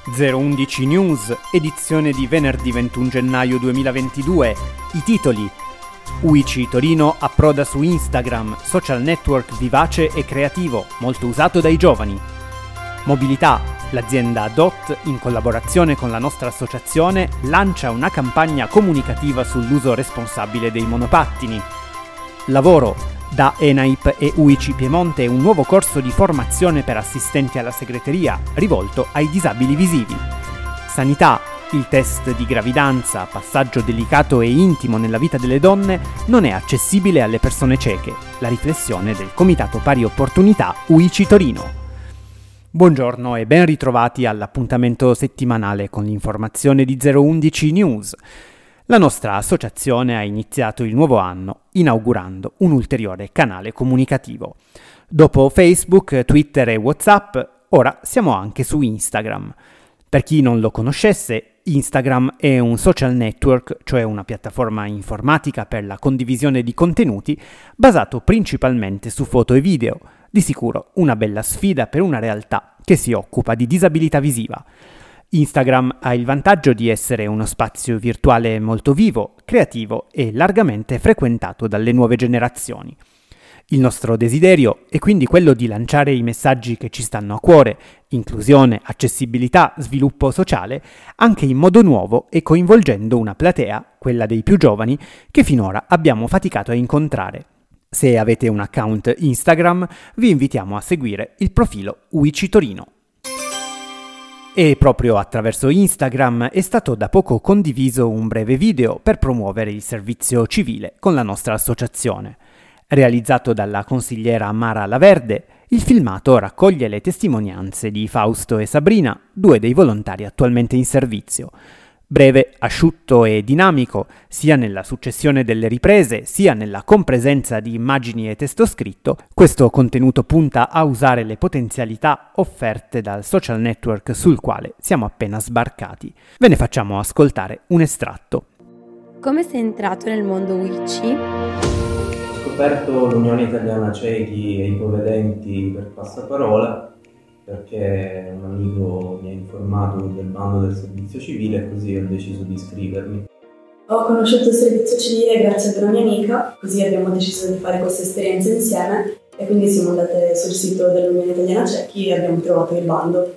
011 News, edizione di venerdì 21 gennaio 2022. I titoli: UICI Torino approda su Instagram, social network vivace e creativo, molto usato dai giovani. Mobilità: l'azienda DOT, in collaborazione con la nostra associazione, lancia una campagna comunicativa sull'uso responsabile dei monopattini. Lavoro: da ENAIP e UICI Piemonte un nuovo corso di formazione per assistenti alla segreteria, rivolto ai disabili visivi. Sanità: il test di gravidanza, passaggio delicato e intimo nella vita delle donne, non è accessibile alle persone cieche. La riflessione del Comitato Pari Opportunità UICI Torino. Buongiorno e ben ritrovati all'appuntamento settimanale con l'informazione di 011 News. La nostra associazione ha iniziato il nuovo anno inaugurando un ulteriore canale comunicativo. Dopo Facebook, Twitter e WhatsApp, ora siamo anche su Instagram. Per chi non lo conoscesse, Instagram è un social network, cioè una piattaforma informatica per la condivisione di contenuti, basato principalmente su foto e video. Di sicuro una bella sfida per una realtà che si occupa di disabilità visiva. Instagram ha il vantaggio di essere uno spazio virtuale molto vivo, creativo e largamente frequentato dalle nuove generazioni. Il nostro desiderio è quindi quello di lanciare i messaggi che ci stanno a cuore: inclusione, accessibilità, sviluppo sociale, anche in modo nuovo e coinvolgendo una platea, quella dei più giovani, che finora abbiamo faticato a incontrare. Se avete un account Instagram, vi invitiamo a seguire il profilo UICI Torino. E proprio attraverso Instagram è stato da poco condiviso un breve video per promuovere il servizio civile con la nostra associazione. Realizzato dalla consigliera Mara Laverde, il filmato raccoglie le testimonianze di Fausto e Sabrina, due dei volontari attualmente in servizio. Breve, asciutto e dinamico, sia nella successione delle riprese, sia nella compresenza di immagini e testo scritto, questo contenuto punta a usare le potenzialità offerte dal social network sul quale siamo appena sbarcati. Ve ne facciamo ascoltare un estratto. Come sei entrato nel mondo UICI? Ho scoperto l'Unione Italiana Ciechi e Ipovedenti per passaparola, perché un amico mi ha informato del bando del servizio civile e così ho deciso di iscrivermi. Ho conosciuto il servizio civile grazie ad una mia amica, così abbiamo deciso di fare questa esperienza insieme e quindi siamo andate sul sito dell'Unione Italiana Ciechi e abbiamo trovato il bando.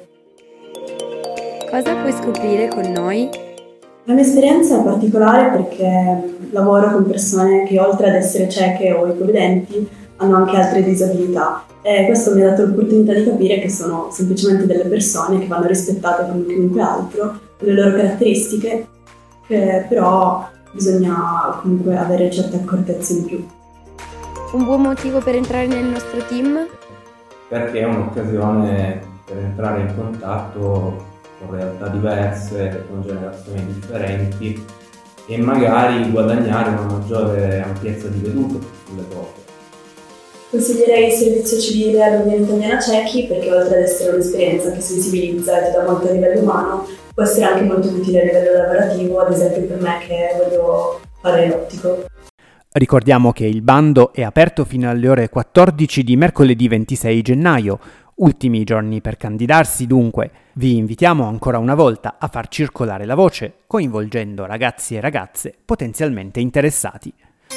Cosa puoi scoprire con noi? La mia esperienza è particolare perché lavoro con persone che oltre ad essere cieche o ipovedenti hanno anche altre disabilità. E questo mi ha dato l'opportunità di capire che sono semplicemente delle persone che vanno rispettate come chiunque altro, con le loro caratteristiche, che però bisogna comunque avere certe accortezze in più. Un buon motivo per entrare nel nostro team? Perché è un'occasione per entrare in contatto con realtà diverse, con generazioni differenti e magari guadagnare una maggiore ampiezza di vedute sulle cose. Consiglierei il servizio civile all'Unione Italiana Ciechi perché oltre ad essere un'esperienza che sensibilizza e ti dà molto a livello umano, può essere anche molto utile a livello lavorativo, ad esempio per me che voglio fare l'ottico. Ricordiamo che il bando è aperto fino alle ore 14 di mercoledì 26 gennaio, ultimi giorni per candidarsi dunque. Vi invitiamo ancora una volta a far circolare la voce, coinvolgendo ragazzi e ragazze potenzialmente interessati.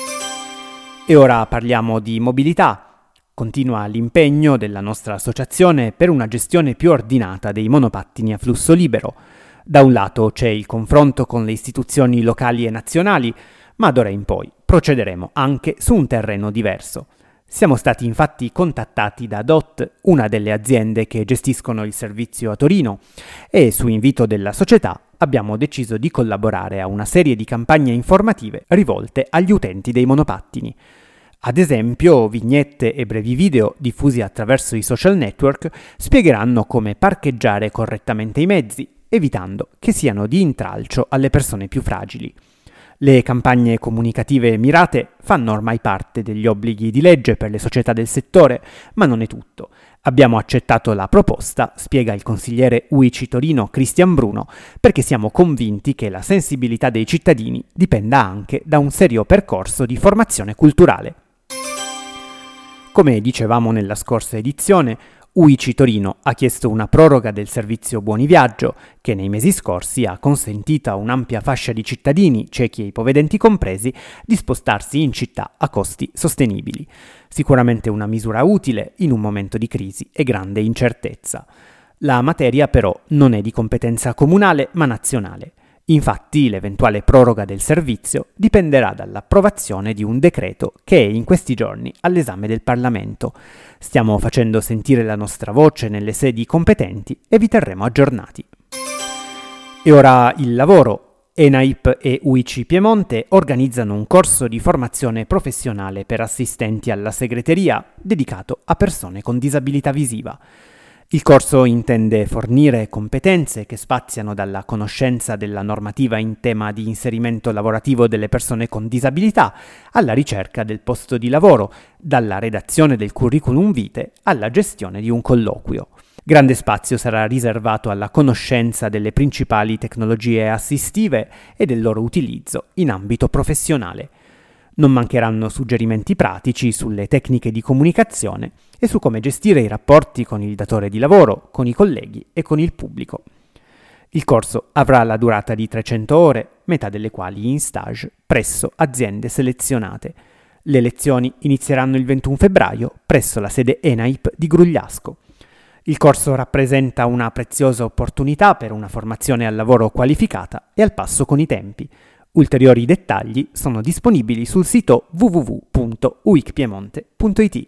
E ora parliamo di mobilità. Continua l'impegno della nostra associazione per una gestione più ordinata dei monopattini a flusso libero. Da un lato c'è il confronto con le istituzioni locali e nazionali, ma d'ora in poi procederemo anche su un terreno diverso. Siamo stati infatti contattati da DOT, una delle aziende che gestiscono il servizio a Torino, e su invito della società abbiamo deciso di collaborare a una serie di campagne informative rivolte agli utenti dei monopattini. Ad esempio, vignette e brevi video diffusi attraverso i social network spiegheranno come parcheggiare correttamente i mezzi, evitando che siano di intralcio alle persone più fragili. Le campagne comunicative mirate fanno ormai parte degli obblighi di legge per le società del settore, ma non è tutto. Abbiamo accettato la proposta, spiega il consigliere UICI Torino Cristian Bruno, perché siamo convinti che la sensibilità dei cittadini dipenda anche da un serio percorso di formazione culturale. Come dicevamo nella scorsa edizione, UICI Torino ha chiesto una proroga del servizio Buoni Viaggio, che nei mesi scorsi ha consentito a un'ampia fascia di cittadini, ciechi e ipovedenti compresi, di spostarsi in città a costi sostenibili. Sicuramente una misura utile in un momento di crisi e grande incertezza. La materia però non è di competenza comunale ma nazionale. Infatti l'eventuale proroga del servizio dipenderà dall'approvazione di un decreto che è in questi giorni all'esame del Parlamento. Stiamo facendo sentire la nostra voce nelle sedi competenti e vi terremo aggiornati. E ora il lavoro. ENAIP e UICI Piemonte organizzano un corso di formazione professionale per assistenti alla segreteria dedicato a persone con disabilità visiva. Il corso intende fornire competenze che spaziano dalla conoscenza della normativa in tema di inserimento lavorativo delle persone con disabilità alla ricerca del posto di lavoro, dalla redazione del curriculum vitae alla gestione di un colloquio. Grande spazio sarà riservato alla conoscenza delle principali tecnologie assistive e del loro utilizzo in ambito professionale. Non mancheranno suggerimenti pratici sulle tecniche di comunicazione e su come gestire i rapporti con il datore di lavoro, con i colleghi e con il pubblico. Il corso avrà la durata di 300 ore, metà delle quali in stage presso aziende selezionate. Le lezioni inizieranno il 21 febbraio presso la sede ENAIP di Grugliasco. Il corso rappresenta una preziosa opportunità per una formazione al lavoro qualificata e al passo con i tempi. Ulteriori dettagli sono disponibili sul sito www.uicpiemonte.it.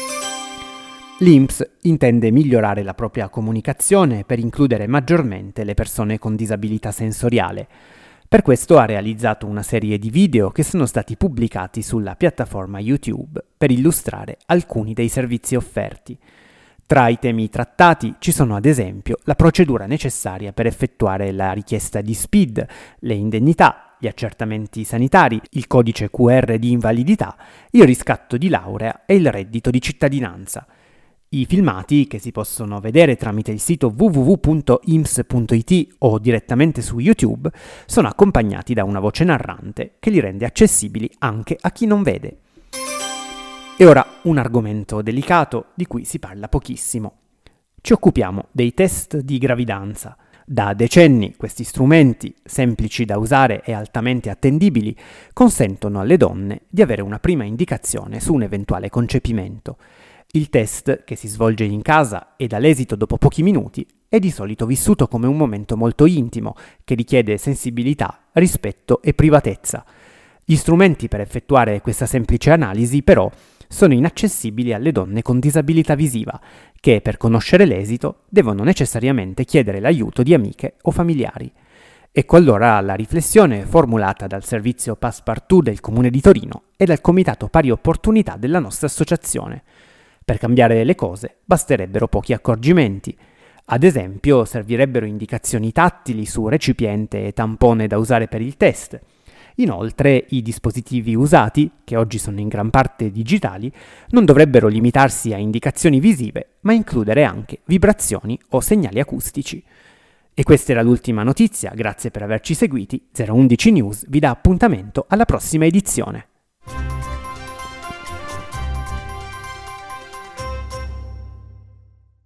L'INPS intende migliorare la propria comunicazione per includere maggiormente le persone con disabilità sensoriale. Per questo ha realizzato una serie di video che sono stati pubblicati sulla piattaforma YouTube per illustrare alcuni dei servizi offerti. Tra i temi trattati ci sono ad esempio la procedura necessaria per effettuare la richiesta di SPID, le indennità, gli accertamenti sanitari, il codice QR di invalidità, il riscatto di laurea e il reddito di cittadinanza. I filmati, che si possono vedere tramite il sito www.imps.it o direttamente su YouTube, sono accompagnati da una voce narrante che li rende accessibili anche a chi non vede. E ora un argomento delicato di cui si parla pochissimo. Ci occupiamo dei test di gravidanza. Da decenni questi strumenti, semplici da usare e altamente attendibili, consentono alle donne di avere una prima indicazione su un eventuale concepimento. Il test, che si svolge in casa e dà l'esito dopo pochi minuti, è di solito vissuto come un momento molto intimo, che richiede sensibilità, rispetto e privatezza. Gli strumenti per effettuare questa semplice analisi, però, sono inaccessibili alle donne con disabilità visiva, che per conoscere l'esito devono necessariamente chiedere l'aiuto di amiche o familiari. Ecco allora la riflessione formulata dal servizio Passepartout del Comune di Torino e dal Comitato Pari Opportunità della nostra associazione. Per cambiare le cose basterebbero pochi accorgimenti. Ad esempio, servirebbero indicazioni tattili su recipiente e tampone da usare per il test. Inoltre, i dispositivi usati, che oggi sono in gran parte digitali, non dovrebbero limitarsi a indicazioni visive, ma includere anche vibrazioni o segnali acustici. E questa era l'ultima notizia, grazie per averci seguiti. 011 News vi dà appuntamento alla prossima edizione.